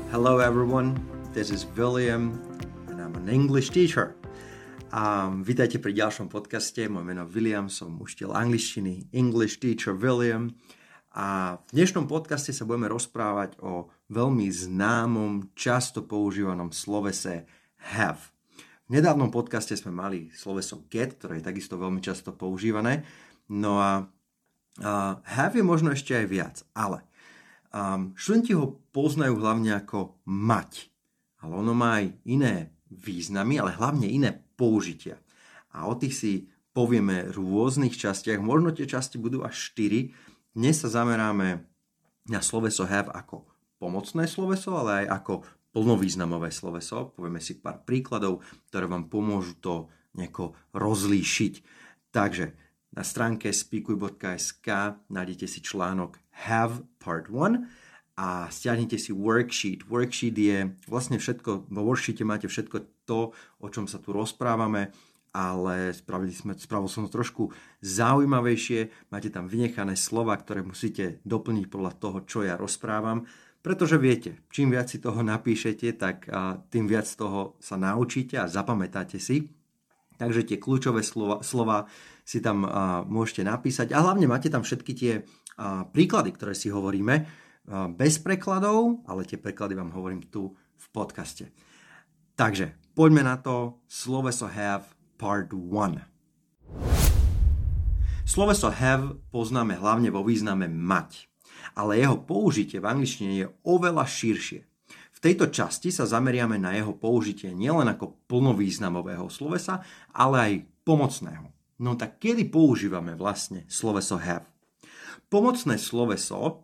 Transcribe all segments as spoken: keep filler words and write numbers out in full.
Hello everyone, this is William and I'm an English teacher. Um, vítajte pri ďalšom podcaste, moje meno William, som učiteľ angličtiny, English teacher William. A v dnešnom podcaste sa budeme rozprávať o veľmi známom, často používanom slovese have. V nedávnom podcaste sme mali sloveso get, ktoré je takisto veľmi často používané. No a uh, have je možno ešte aj viac, ale Um, študenti ho poznajú hlavne ako mať, ale ono má aj iné významy, ale hlavne iné použitia. A o tých si povieme v rôznych častiach, možno tie časti budú až štyri. Dnes sa zameráme na sloveso have ako pomocné sloveso, ale aj ako plnovýznamové sloveso. Povieme si pár príkladov, ktoré vám pomôžu to nejako rozlíšiť. Takže na stránke speakuj bodka es ká nájdete si článok Have Part one a stiahnite si worksheet. Worksheet je vlastne všetko, vo worksheete máte všetko to, o čom sa tu rozprávame, ale spravili sme, spravil som to trošku zaujímavejšie. Máte tam vynechané slova, ktoré musíte doplniť podľa toho, čo ja rozprávam, pretože viete, čím viac si toho napíšete, tak tým viac toho sa naučíte a zapamätáte si. Takže tie kľúčové slova, slova si tam uh, môžete napísať a hlavne máte tam všetky tie uh, príklady, ktoré si hovoríme uh, bez prekladov, ale tie preklady vám hovorím tu v podcaste. Takže poďme na to sloveso have part one. Sloveso have poznáme hlavne vo význame mať, ale jeho použitie v angličtine je oveľa širšie. V tejto časti sa zameriame na jeho použitie nielen ako plnovýznamového slovesa, ale aj pomocného. No tak kedy používame vlastne sloveso have? Pomocné sloveso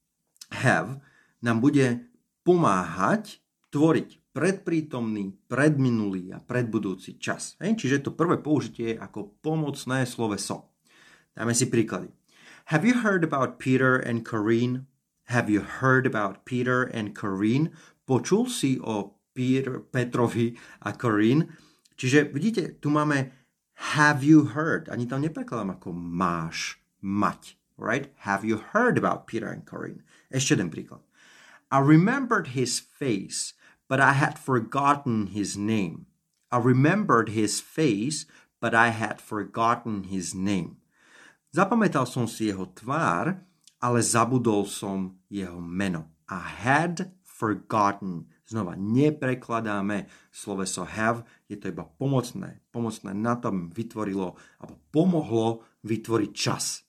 have nám bude pomáhať tvoriť predprítomný, predminulý a predbudúci čas. Hej? Čiže to prvé použitie je ako pomocné sloveso. Dáme si príklady. Have you heard about Peter and Corinne? Have you heard about Peter and Corinne? Počul si o Peter, Petrovi a Corinne? Čiže vidíte, tu máme have you heard. Ani tam neprekladám ako máš, mať. Right? Have you heard about Peter and Corinne? Ešte jeden príklad. I remembered his face, but I had forgotten his name. I remembered his face, but I had forgotten his name. Zapamätal som si jeho tvár, ale zabudol som jeho meno. I had forgotten. Znova neprekladáme sloveso have, je to iba pomocné. Pomocné na tom vytvorilo, alebo pomohlo vytvoriť čas.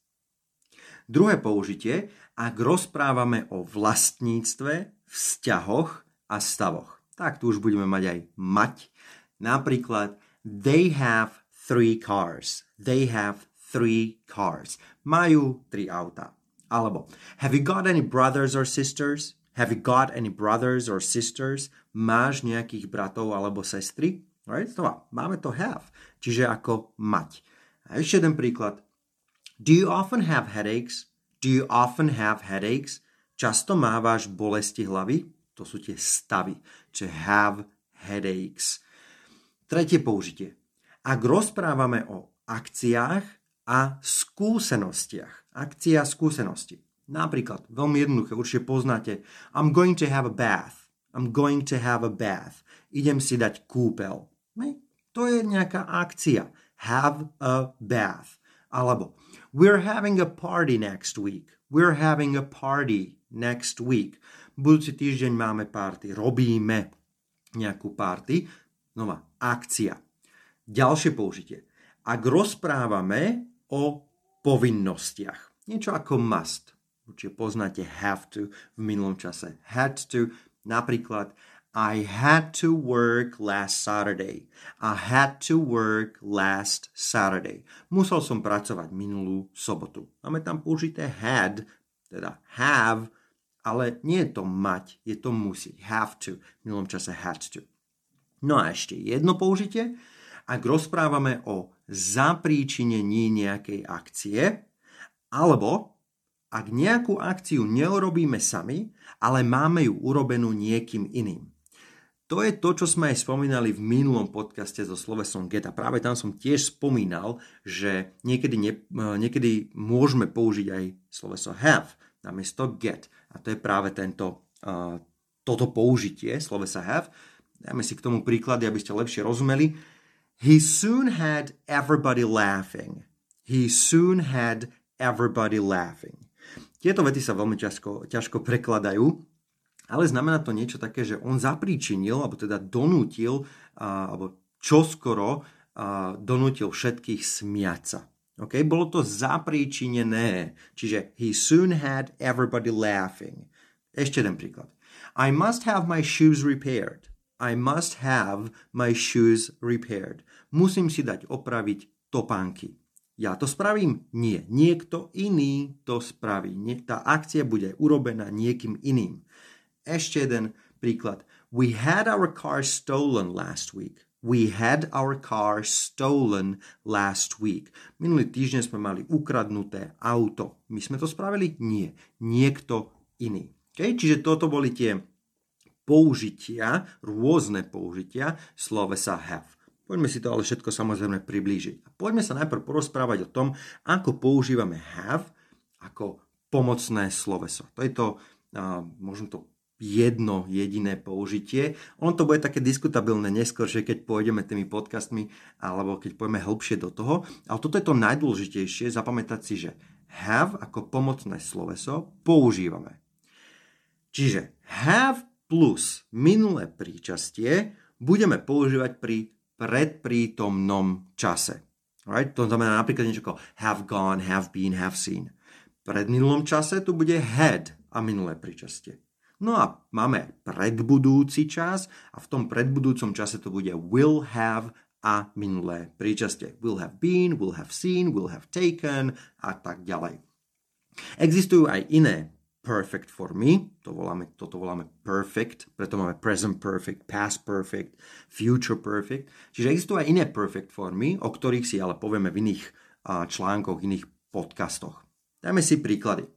Druhé použitie, ak rozprávame o vlastníctve, vzťahoch a stavoch. Tak tu už budeme mať aj mať. Napríklad, they have three cars. They have three cars. Majú tri autá. Alebo, have you got any brothers or sisters? Have you got any brothers or sisters? Máš nejakých bratov alebo sestry? Right? Znova, máme to have, čiže ako mať. A ešte jeden príklad. Do you often have headaches? Do you often have headaches? Často mávaš bolesti hlavy? To sú tie stavy, čiže have headaches. Tretie použitie. Ak rozprávame o akciách a skúsenostiach. Akcia a skúsenosti. Napríklad, veľmi jednoduché, určite poznáte I'm going to have a bath. I'm going to have a bath. Idem si dať kúpeľ. To je nejaká akcia. Have a bath. Alebo we're having a party next week. We're having a party next week. Budúci týždeň máme party. Robíme nejakú party. Nová akcia. Ďalšie použitie. Ak rozprávame o povinnostiach. Niečo ako must. Určite poznáte have to v minulom čase. Had to, napríklad I had to work last Saturday. I had to work last Saturday. Musel som pracovať minulú sobotu. Máme tam použité had, teda have, ale nie je to mať, je to musieť. Have to, v minulom čase had to. No a ešte jedno použitie. Ak rozprávame o zapríčinení nejakej akcie, alebo ak nejakú akciu neurobíme sami, ale máme ju urobenú niekým iným. To je to, čo sme aj spomínali v minulom podcaste so slovesom get. A práve tam som tiež spomínal, že niekedy, ne, niekedy môžeme použiť aj sloveso have namiesto get. A to je práve tento uh, toto použitie slovesa have. Dajme si k tomu príklady, aby ste lepšie rozumeli. He soon had everybody laughing. He soon had everybody laughing. Tieto vety sa veľmi ťažko, ťažko prekladajú, ale znamená to niečo také, že on zapríčinil, alebo teda donútil, alebo čoskoro donútil všetkých smiať sa. Okay? Bolo to zapríčinené, čiže he soon had everybody laughing. Ešte jeden príklad. I must have my shoes repaired. I must have my shoes repaired. Musím si dať opraviť topánky. Ja to spravím? Nie. Niekto iný to spraví. Tá akcia bude urobená niekým iným. Ešte jeden príklad. We had our car stolen last week. We had our car stolen last week. Minulý týždeň sme mali ukradnuté auto. My sme to spravili? Nie. Niekto iný. Okay? Čiže toto boli tie použitia, rôzne použitia slovesa have. Poďme si to ale všetko samozrejme priblížiť. A poďme sa najprv porozprávať o tom, ako používame have ako pomocné sloveso. To je to, uh, možno to jedno jediné použitie. Ono to bude také diskutabilné neskôr, že keď pôjdeme tými podcastmi alebo keď pôjdeme hlbšie do toho. Ale toto je to najdôležitejšie, zapamätať si, že have ako pomocné sloveso používame. Čiže have plus minulé príčastie budeme používať pri predprítomnom čase. Right? To znamená napríklad niečo ako have gone, have been, have seen. V predminulom čase tu bude had a minulé príčastie. No a máme predbudúci čas a v tom predbudúcom čase to bude will have a minulé príčastie. Will have been, will have seen, will have taken a tak ďalej. Existujú aj iné perfect formy, to voláme, toto voláme perfect, preto máme present perfect, past perfect, future perfect. Čiže existujú aj iné perfect formy, o ktorých si ale povieme v iných uh, článkoch, iných podcastoch. Dajme si príklady.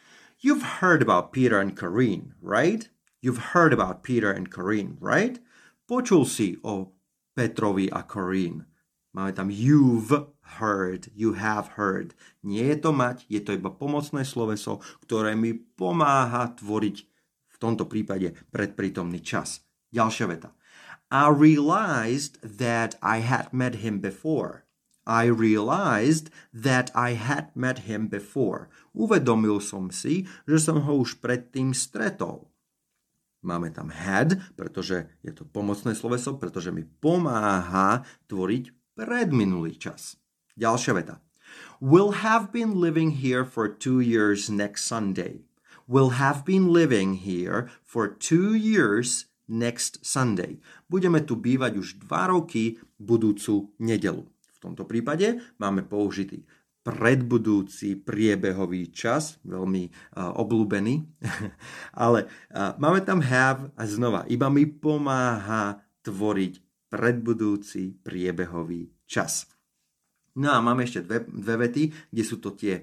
You've heard about Peter and Corinne, right? You've heard about Peter and Corinne, right? Počul si o Petrovi a Corinne. Máme tam you've heard, you have heard. Nie je to mať, je to iba pomocné sloveso, ktoré mi pomáha tvoriť v tomto prípade predprítomný čas. Ďalšia veta. I realized that I had met him before. I realized that I had met him before. Uvedomil som si, že som ho už predtým stretol. Máme tam had, pretože je to pomocné sloveso, pretože mi pomáha tvoriť predminulý čas. Ďalšia veta. Will have been living here for two years next Sunday. Will have been living here for two years next Sunday. Budeme tu bývať už dva roky budúcu nedeľu. V tomto prípade máme použitý predbudúci priebehový čas, veľmi uh, obľúbený, ale uh, máme tam have a znova, iba mi pomáha tvoriť predbudúci priebehový čas. No a máme ešte dve, dve vety, kde sú to tie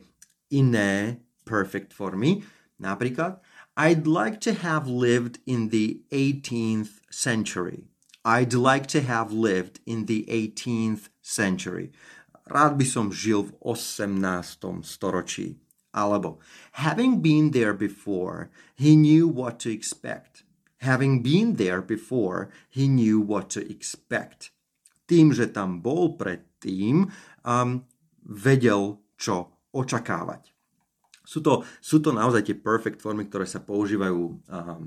iné perfect formy. Napríklad, I'd like to have lived in the eighteenth century. I'd like to have lived in the eighteenth century. Rád by som žil v osemnástom storočí. Alebo, having been there before, he knew what to expect. Having been there before, he knew what to expect. Tým, že tam bol predtým, um, vedel, čo očakávať. Sú to, sú to naozaj tie perfect formy, ktoré sa používajú um,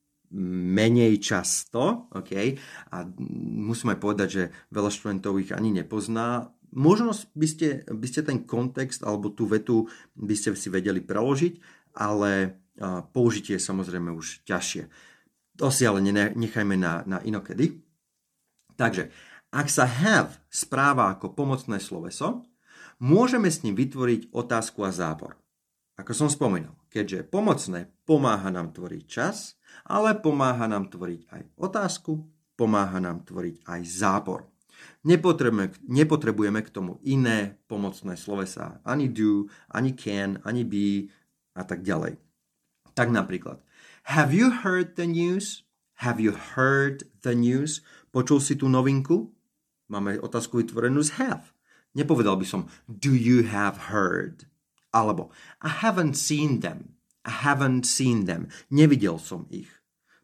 menej často, okay? A musím aj povedať, že veľa študentov ich ani nepozná. Možno by ste, by ste ten kontext alebo tú vetu by ste si vedeli preložiť, ale uh, použitie je samozrejme už ťažšie. To si ale nechajme na, na inokedy. Takže, ak sa have správa ako pomocné sloveso, môžeme s ním vytvoriť otázku a zábor. Ako som spomínal, keďže pomocné pomáha nám tvoriť čas, ale pomáha nám tvoriť aj otázku, pomáha nám tvoriť aj zábor. Nepotrebujeme, nepotrebujeme k tomu iné pomocné slovesá, ani do, ani can, ani be a tak ďalej. Tak napríklad, have you heard the news? Have you heard the news? Počul si tú novinku? Máme otázku vytvorenú z have. Nepovedal by som, do you have heard? Alebo, I haven't seen them. I haven't seen them. Nevidel som ich.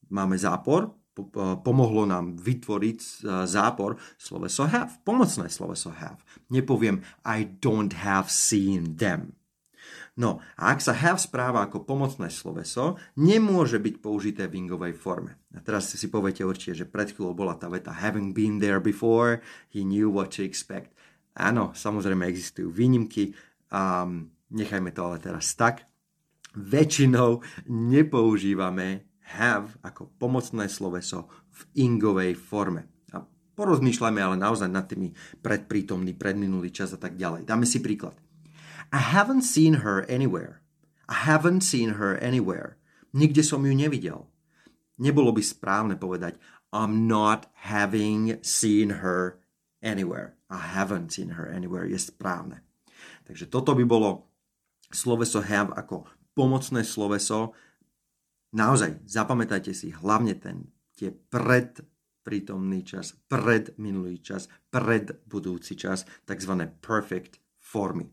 máme zápor, pomohlo nám vytvoriť zápor sloveso have, pomocné sloveso have. Nepoviem I don't have seen them. No a ak sa have správa ako pomocné sloveso, nemôže byť použité v ingovej forme. A teraz si poviete určite, že pred chvíľou bola tá veta having been there before, he knew what to expect. Áno, samozrejme existujú výnimky, um, nechajme to ale teraz tak. Väčšinou nepoužívame have ako pomocné sloveso v ingovej forme. A porozmýšľajme ale naozaj nad tými predprítomný, predminulý čas a tak ďalej. Dáme si príklad. I haven't seen her anywhere. I haven't seen her anywhere. Nikde som ju nevidel. Nebolo by správne povedať I'm not having seen her anywhere. I haven't seen her anywhere je správne. Takže toto by bolo sloveso have ako pomocné sloveso. Naozaj, zapamätajte si hlavne ten, tie pred prítomný čas, pred minulý čas, pred budúci čas, takzvané perfect formy.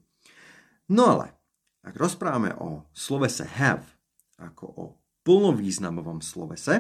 No ale, ak rozprávame o slovese have ako o plnovýznamovom slovese,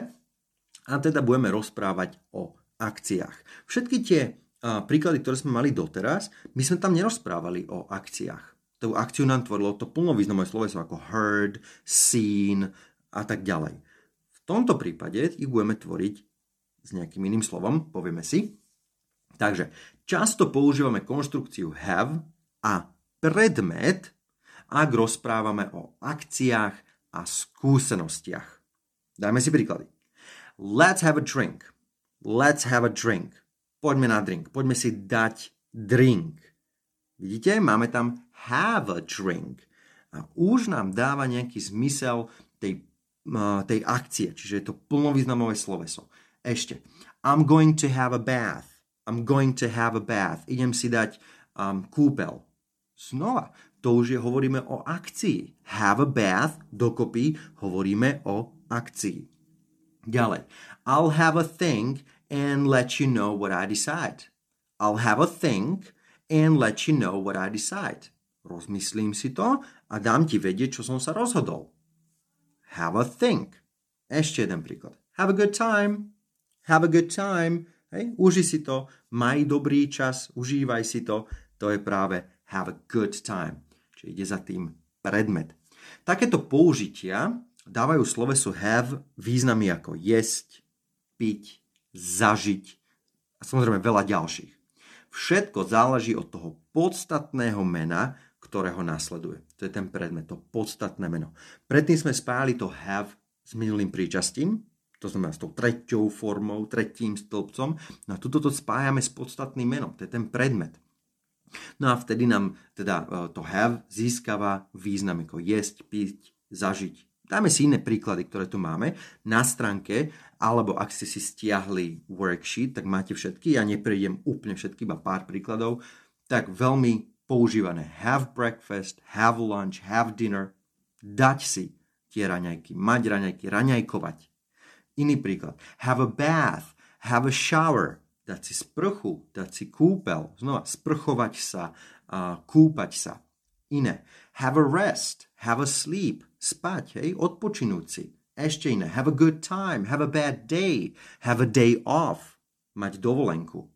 a teda budeme rozprávať o akciách. Všetky tie a, príklady, ktoré sme mali doteraz, my sme tam nerozprávali o akciách. Tú akciu nám tvorilo to plnovýznamové sloveso ako heard, seen a tak ďalej. V tomto prípade ich budeme tvoriť s nejakým iným slovom, povieme si. Takže často používame konštrukciu have a predmet, ak rozprávame o akciách a skúsenostiach. Dajme si príklady. Let's have a drink. Let's have a drink. Poďme na drink. Poďme si dať drink. Vidíte? Máme tam have a drink. A už nám dáva nejaký zmysel tej, uh, tej akcie. Čiže je to plnovýznamové sloveso. Ešte. I'm going to have a bath. I'm going to have a bath. Idem si dať um, kúpel. Znova. To už je, hovoríme o akcii. Have a bath. Dokopy hovoríme o akcii. Ďalej. I'll have a think and let you know what I decide. I'll have a think and let you know what I decide. Rozmyslím si to a dám ti vedieť, čo som sa rozhodol. Have a think. Ešte jeden príklad. Have a good time. Have a good time. Hej, uži si to. Maj dobrý čas. Užívaj si to. To je práve have a good time. Čiže ide za tým predmet. Takéto použitia dávajú slovesu have významy ako jesť, piť, zažiť a samozrejme veľa ďalších. Všetko záleží od toho podstatného mena, ktorého nasleduje. To je ten predmet, to podstatné meno. Predtým sme spájali to have s minulým príčastím, to znamená s tou treťou formou, tretím stĺpcom. No a tuto to spájame s podstatným menom, to je ten predmet. No a vtedy nám teda to have získava význam ako jesť, piť, zažiť. Dáme si iné príklady, ktoré tu máme na stránke, alebo ak ste si stiahli worksheet, tak máte všetky. Ja neprejdem úplne všetky, iba pár príkladov. Tak veľmi používané have breakfast, have lunch, have dinner, dať si tie raňajky, mať raňajky, raňajkovať. Iný príklad. Have a bath, have a shower, dať si sprchu, dať si kúpel, znova sprchovať sa, uh, kúpať sa. Iné. Have a rest, have a sleep, spať, hej, odpočinúť si. Ešte iné. Have a good time, have a bad day, have a day off, mať dovolenku.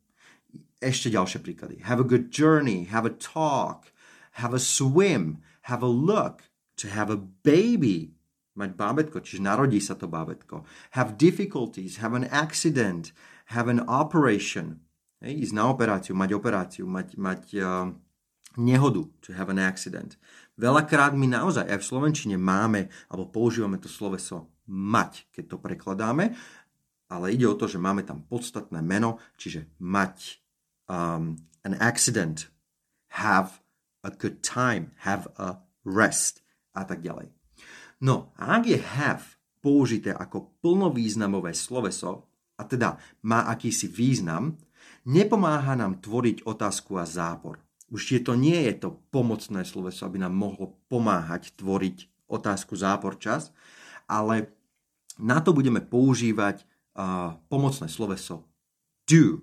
Ešte ďalšie príklady. Have a good journey, have a talk, have a swim, have a look, to have a baby, mať bábätko, čiže narodí sa to bábätko. Have difficulties, have an accident, have an operation, hej, ísť na operáciu, mať operáciu, mať, mať uh, nehodu, to have an accident. Veľakrát my naozaj aj v slovenčine máme, alebo používame to sloveso mať, keď to prekladáme, ale ide o to, že máme tam podstatné meno, čiže mať um, an accident, have a good time, have a rest a tak ďalej. No, a ak je have použité ako plnovýznamové sloveso, a teda má akýsi význam, nepomáha nám tvoriť otázku a zápor. Už je to nie je to pomocné sloveso, aby nám mohlo pomáhať tvoriť otázku, zápor, čas, ale na to budeme používať uh, pomocné sloveso do.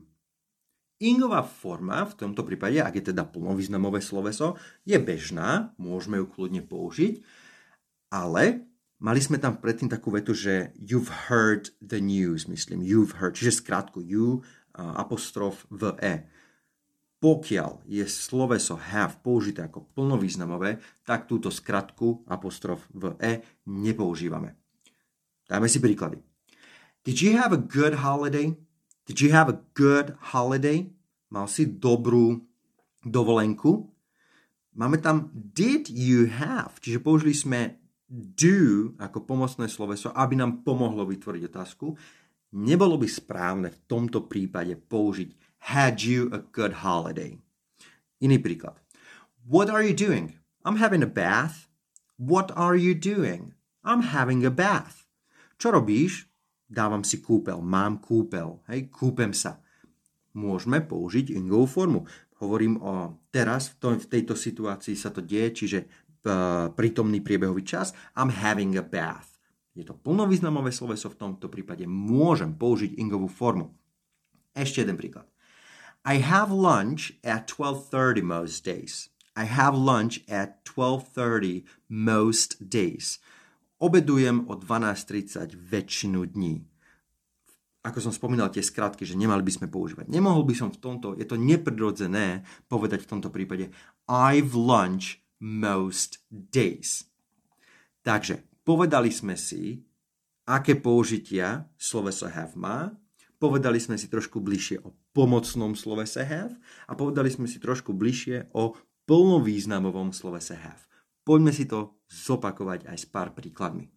Ingová forma, v tomto prípade, ak je teda plnovýznamové sloveso, je bežná, môžeme ju kľudne použiť, ale Mali sme tam predtým takú vetu, že you've heard the news, myslím, you've heard, čiže skrátku you, apostrof v e. Pokiaľ je sloveso have použité ako plnovýznamové, tak túto skratku apostrof v e nepoužívame. Dajme si príklady. Did you have a good holiday? Did you have a good holiday? Mal si dobrú dovolenku? Máme tam did you have, čiže použili sme do ako pomocné sloveso, aby nám pomohlo vytvoriť otázku. Nebolo by správne v tomto prípade použiť had you a good holiday. Iný príklad. What are you doing? I'm having a bath. What are you doing? I'm having a bath. Čo robíš? Dávam si kúpel. Mám kúpel. Hej, kúpem sa. Môžeme použiť ingovú formu. Hovorím o teraz, v, to, v tejto situácii sa to deje, čiže uh, prítomný priebehový čas. I'm having a bath. Je to plnovýznamové sloveso, v tomto prípade môžem použiť ingovú formu. Ešte jeden príklad. I have lunch at twelve thirty most days. I have lunch at twelve thirty most days. Obedujem o dvanásť tridsať väčšinu dní. Ako som spomínal tie skratky, že nemali by sme používať. Nemohol by som v tomto, je to neprirodzené povedať v tomto prípade I've lunch most days. Takže povedali sme si, aké použitia sloveso have má, povedali sme si trošku bližšie o pomocnom slovese have a povedali sme si trošku bližšie o plnovýznamovom slovese have. Poďme si to zopakovať aj s pár príkladmi.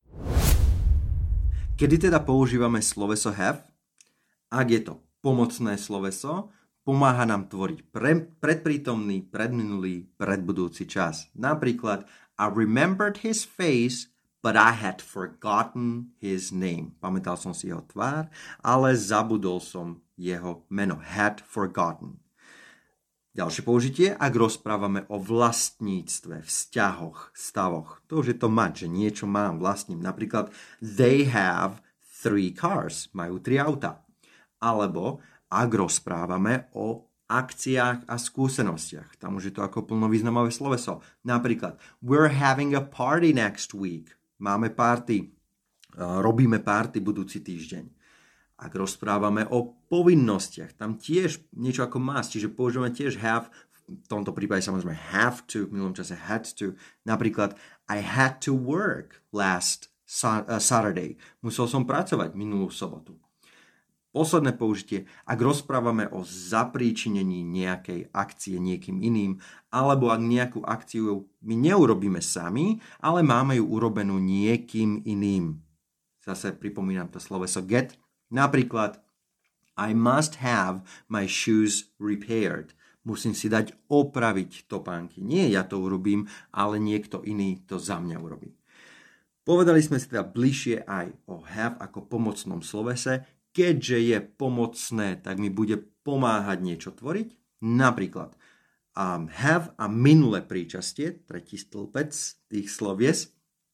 Kedy teda používame sloveso have? Ak je to pomocné sloveso, pomáha nám tvoriť pre, predprítomný, predminulý, predbudúci čas. Napríklad I remembered his face, but I had forgotten his name. Pamätal som si jeho tvár, ale zabudol som jeho meno. Had forgotten. Ďalšie použitie, ak rozprávame o vlastníctve, vzťahoch, stavoch. To už je to mať, že niečo mám, vlastním. Napríklad, they have three cars. Majú tri auta. Alebo, ak rozprávame o akciách a skúsenostiach. Tam už je to ako plnovýznamové sloveso. Napríklad, we're having a party next week. Máme party. Robíme party budúci týždeň. Ak rozprávame o povinnostiach, tam tiež niečo ako must, čiže používame tiež have, v tomto prípade samozrejme have to, v minulom čase had to. Napríklad, I had to work last Saturday. Musel som pracovať minulú sobotu. Posledné použitie, ak rozprávame o zapríčinení nejakej akcie niekým iným, alebo ak nejakú akciu my neurobíme sami, ale máme ju urobenú niekým iným. Zase pripomínam to sloveso get. Napríklad, I must have my shoes repaired. Musím si dať opraviť topánky. Nie ja to urobím, ale niekto iný to za mňa urobí. Povedali sme si teda bližšie aj o have ako pomocnom slovese. Keďže je pomocné, tak mi bude pomáhať niečo tvoriť. Napríklad, um, have a minulé príčastie, tretí stĺpec tých slovies,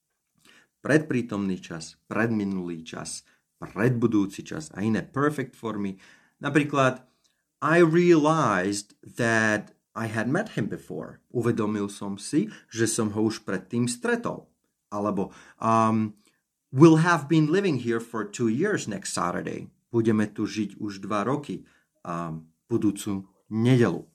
predprítomný čas, predminulý čas, predbudúci čas a iné perfect formy. Napríklad, I realized that I had met him before. Uvedomil som si, že som ho už predtým stretol. Alebo, um, we'll have been living here for two years next Saturday. Budeme tu žiť už dva roky um, budúcu nedelu.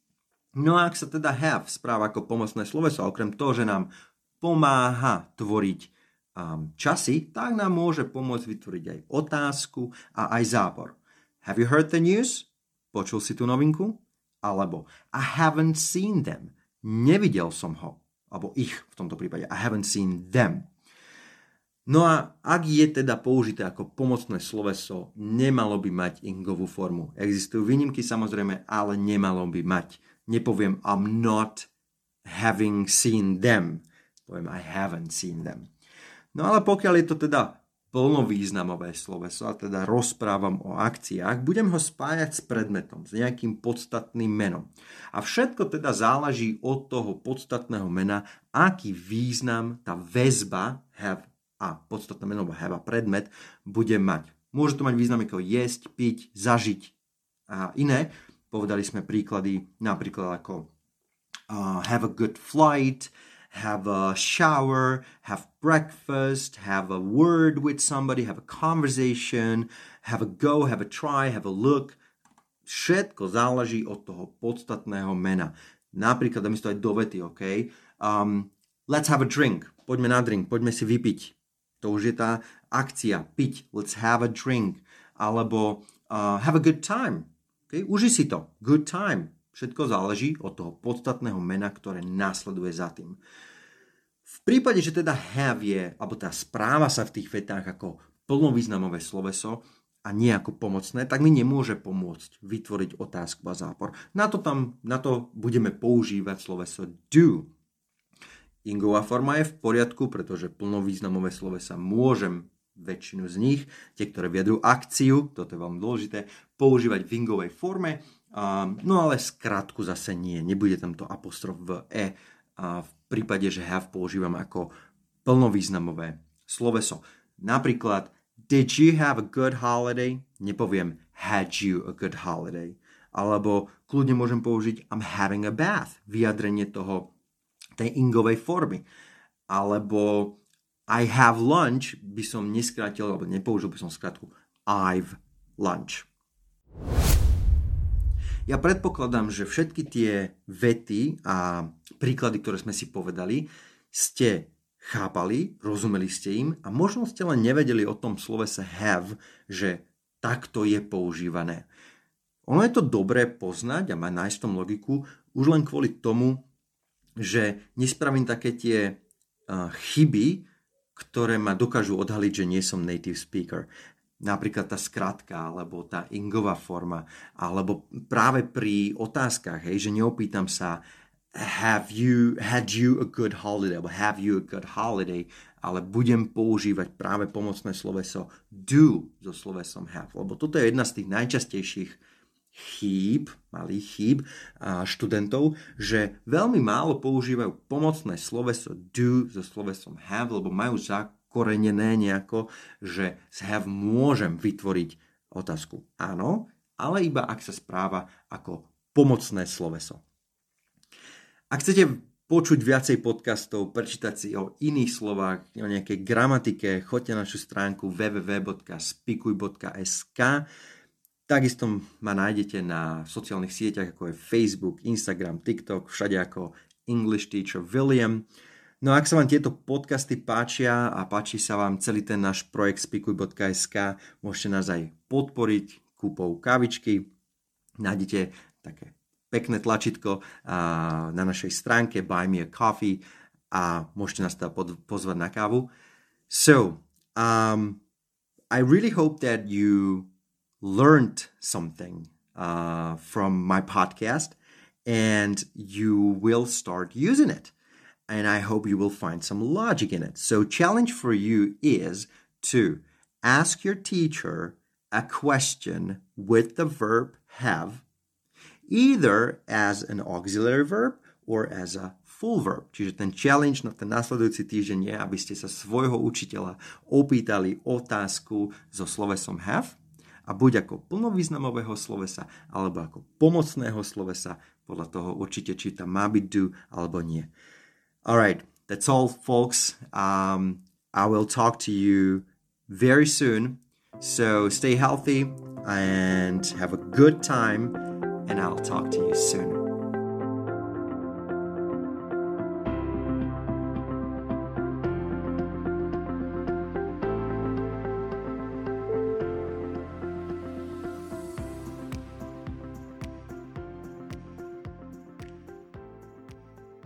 No a ak sa teda have správa ako pomocné sloveso, okrem toho, že nám pomáha tvoriť um, časy, tak nám môže pomôcť vytvoriť aj otázku a aj zábor. Have you heard the news? Počul si tú novinku? Alebo I haven't seen them. Nevidel som ho. Alebo ich v tomto prípade. I haven't seen them. No a ak je teda použité ako pomocné sloveso, nemalo by mať ingovú formu. Existujú výnimky samozrejme, ale nemalo by mať. Nepoviem I'm not having seen them. Poviem I haven't seen them. No ale pokiaľ je to teda plnovýznamové sloveso, a teda rozprávam o akciách, budem ho spájať s predmetom, s nejakým podstatným menom. A všetko teda záleží od toho podstatného mena, aký význam tá väzba have a podstatné meno have a predmet bude mať. Môže to mať význam ako jesť, piť, zažiť a iné. Povedali sme príklady napríklad ako uh, have a good flight, have a shower, have breakfast, have a word with somebody, have a conversation, have a go, have a try, have a look. Všetko záleží od toho podstatného mena. Napríklad, dáme si to aj do vety, OK? Um, let's have a drink. Poďme na drink, poďme si vypiť. To už je tá akcia, piť. Let's have a drink. Alebo uh, have a good time. Okay? Uži si to. Good time. Všetko záleží od toho podstatného mena, ktoré následuje za tým. V prípade, že teda have je, alebo tá správa sa v tých vetách ako plnovýznamové sloveso a nie ako pomocné, tak mi nemôže pomôcť vytvoriť otázku a zápor. Na to, tam, na to budeme používať sloveso do. Ingová forma je v poriadku, pretože plnovýznamové slovesa môžem väčšinu z nich, tie, ktoré vyjadrujú akciu, toto je veľmi dôležité, používať v ingovej forme. Um, no ale skratku zase nie, nebude tam to apostrof v e a v prípade, že have používam ako plnovýznamové sloveso. Napríklad, did you have a good holiday? Nepoviem, had you a good holiday? Alebo kľudne môžem použiť I'm having a bath, vyjadrenie toho, tej ingovej formy. Alebo I have lunch by som neskrátil, alebo nepoužil by som skratku I've lunch. Ja predpokladám, že všetky tie vety a príklady, ktoré sme si povedali, ste chápali, rozumeli ste im a možno ste len nevedeli o tom slovese have, že takto je používané. Ono je to dobré poznať a mať nájsť v tom logiku už len kvôli tomu, že nespravím také tie uh, chyby, ktoré ma dokážu odhaliť, že nie som native speaker. Napríklad tá skratka, alebo tá ingová forma, alebo práve pri otázkach, hej, že neopýtam sa have you, had you a good holiday, alebo have you a good holiday, ale budem používať práve pomocné sloveso do so slovesom have, lebo toto je jedna z tých najčastejších chýb, malých chýb študentov, že veľmi málo používajú pomocné sloveso do so slovesom have, lebo majú zakorenené nejako, že z have môžem vytvoriť otázku. Áno, ale iba ak sa správa ako pomocné sloveso. Ak chcete počuť viacej podcastov, prečítať si o iných slovách, o nejakej gramatike, choďte na našu stránku w w w bodka spikuj bodka es ka. Takisto ma nájdete na sociálnych sieťach, ako je Facebook, Instagram, TikTok, všade ako English Teacher William. No a ak sa vám tieto podcasty páčia a páči sa vám celý ten náš projekt spikuj bodka es ka, môžete nás aj podporiť kúpou kávičky. Nájdete také pekné tlačítko na našej stránke Buy Me a Coffee a môžete nás teda pozvať na kávu. So, um, I really hope that you learned something uh, from my podcast and you will start using it. And I hope you will find some logic in it. So challenge for you is to ask your teacher a question with the verb have, either as an auxiliary verb or as a full verb. Čiže ten challenge na ten nasledujúci týždeň je, aby ste sa svojho učiteľa opýtali otázku so slovesom have a buď ako plnovýznamového slovesa alebo ako pomocného slovesa, podľa toho určite, či tam má byť do alebo nie. Alright, that's all, folks. Um, I will talk to you very soon. So stay healthy and have a good time, and I'll talk to you soon.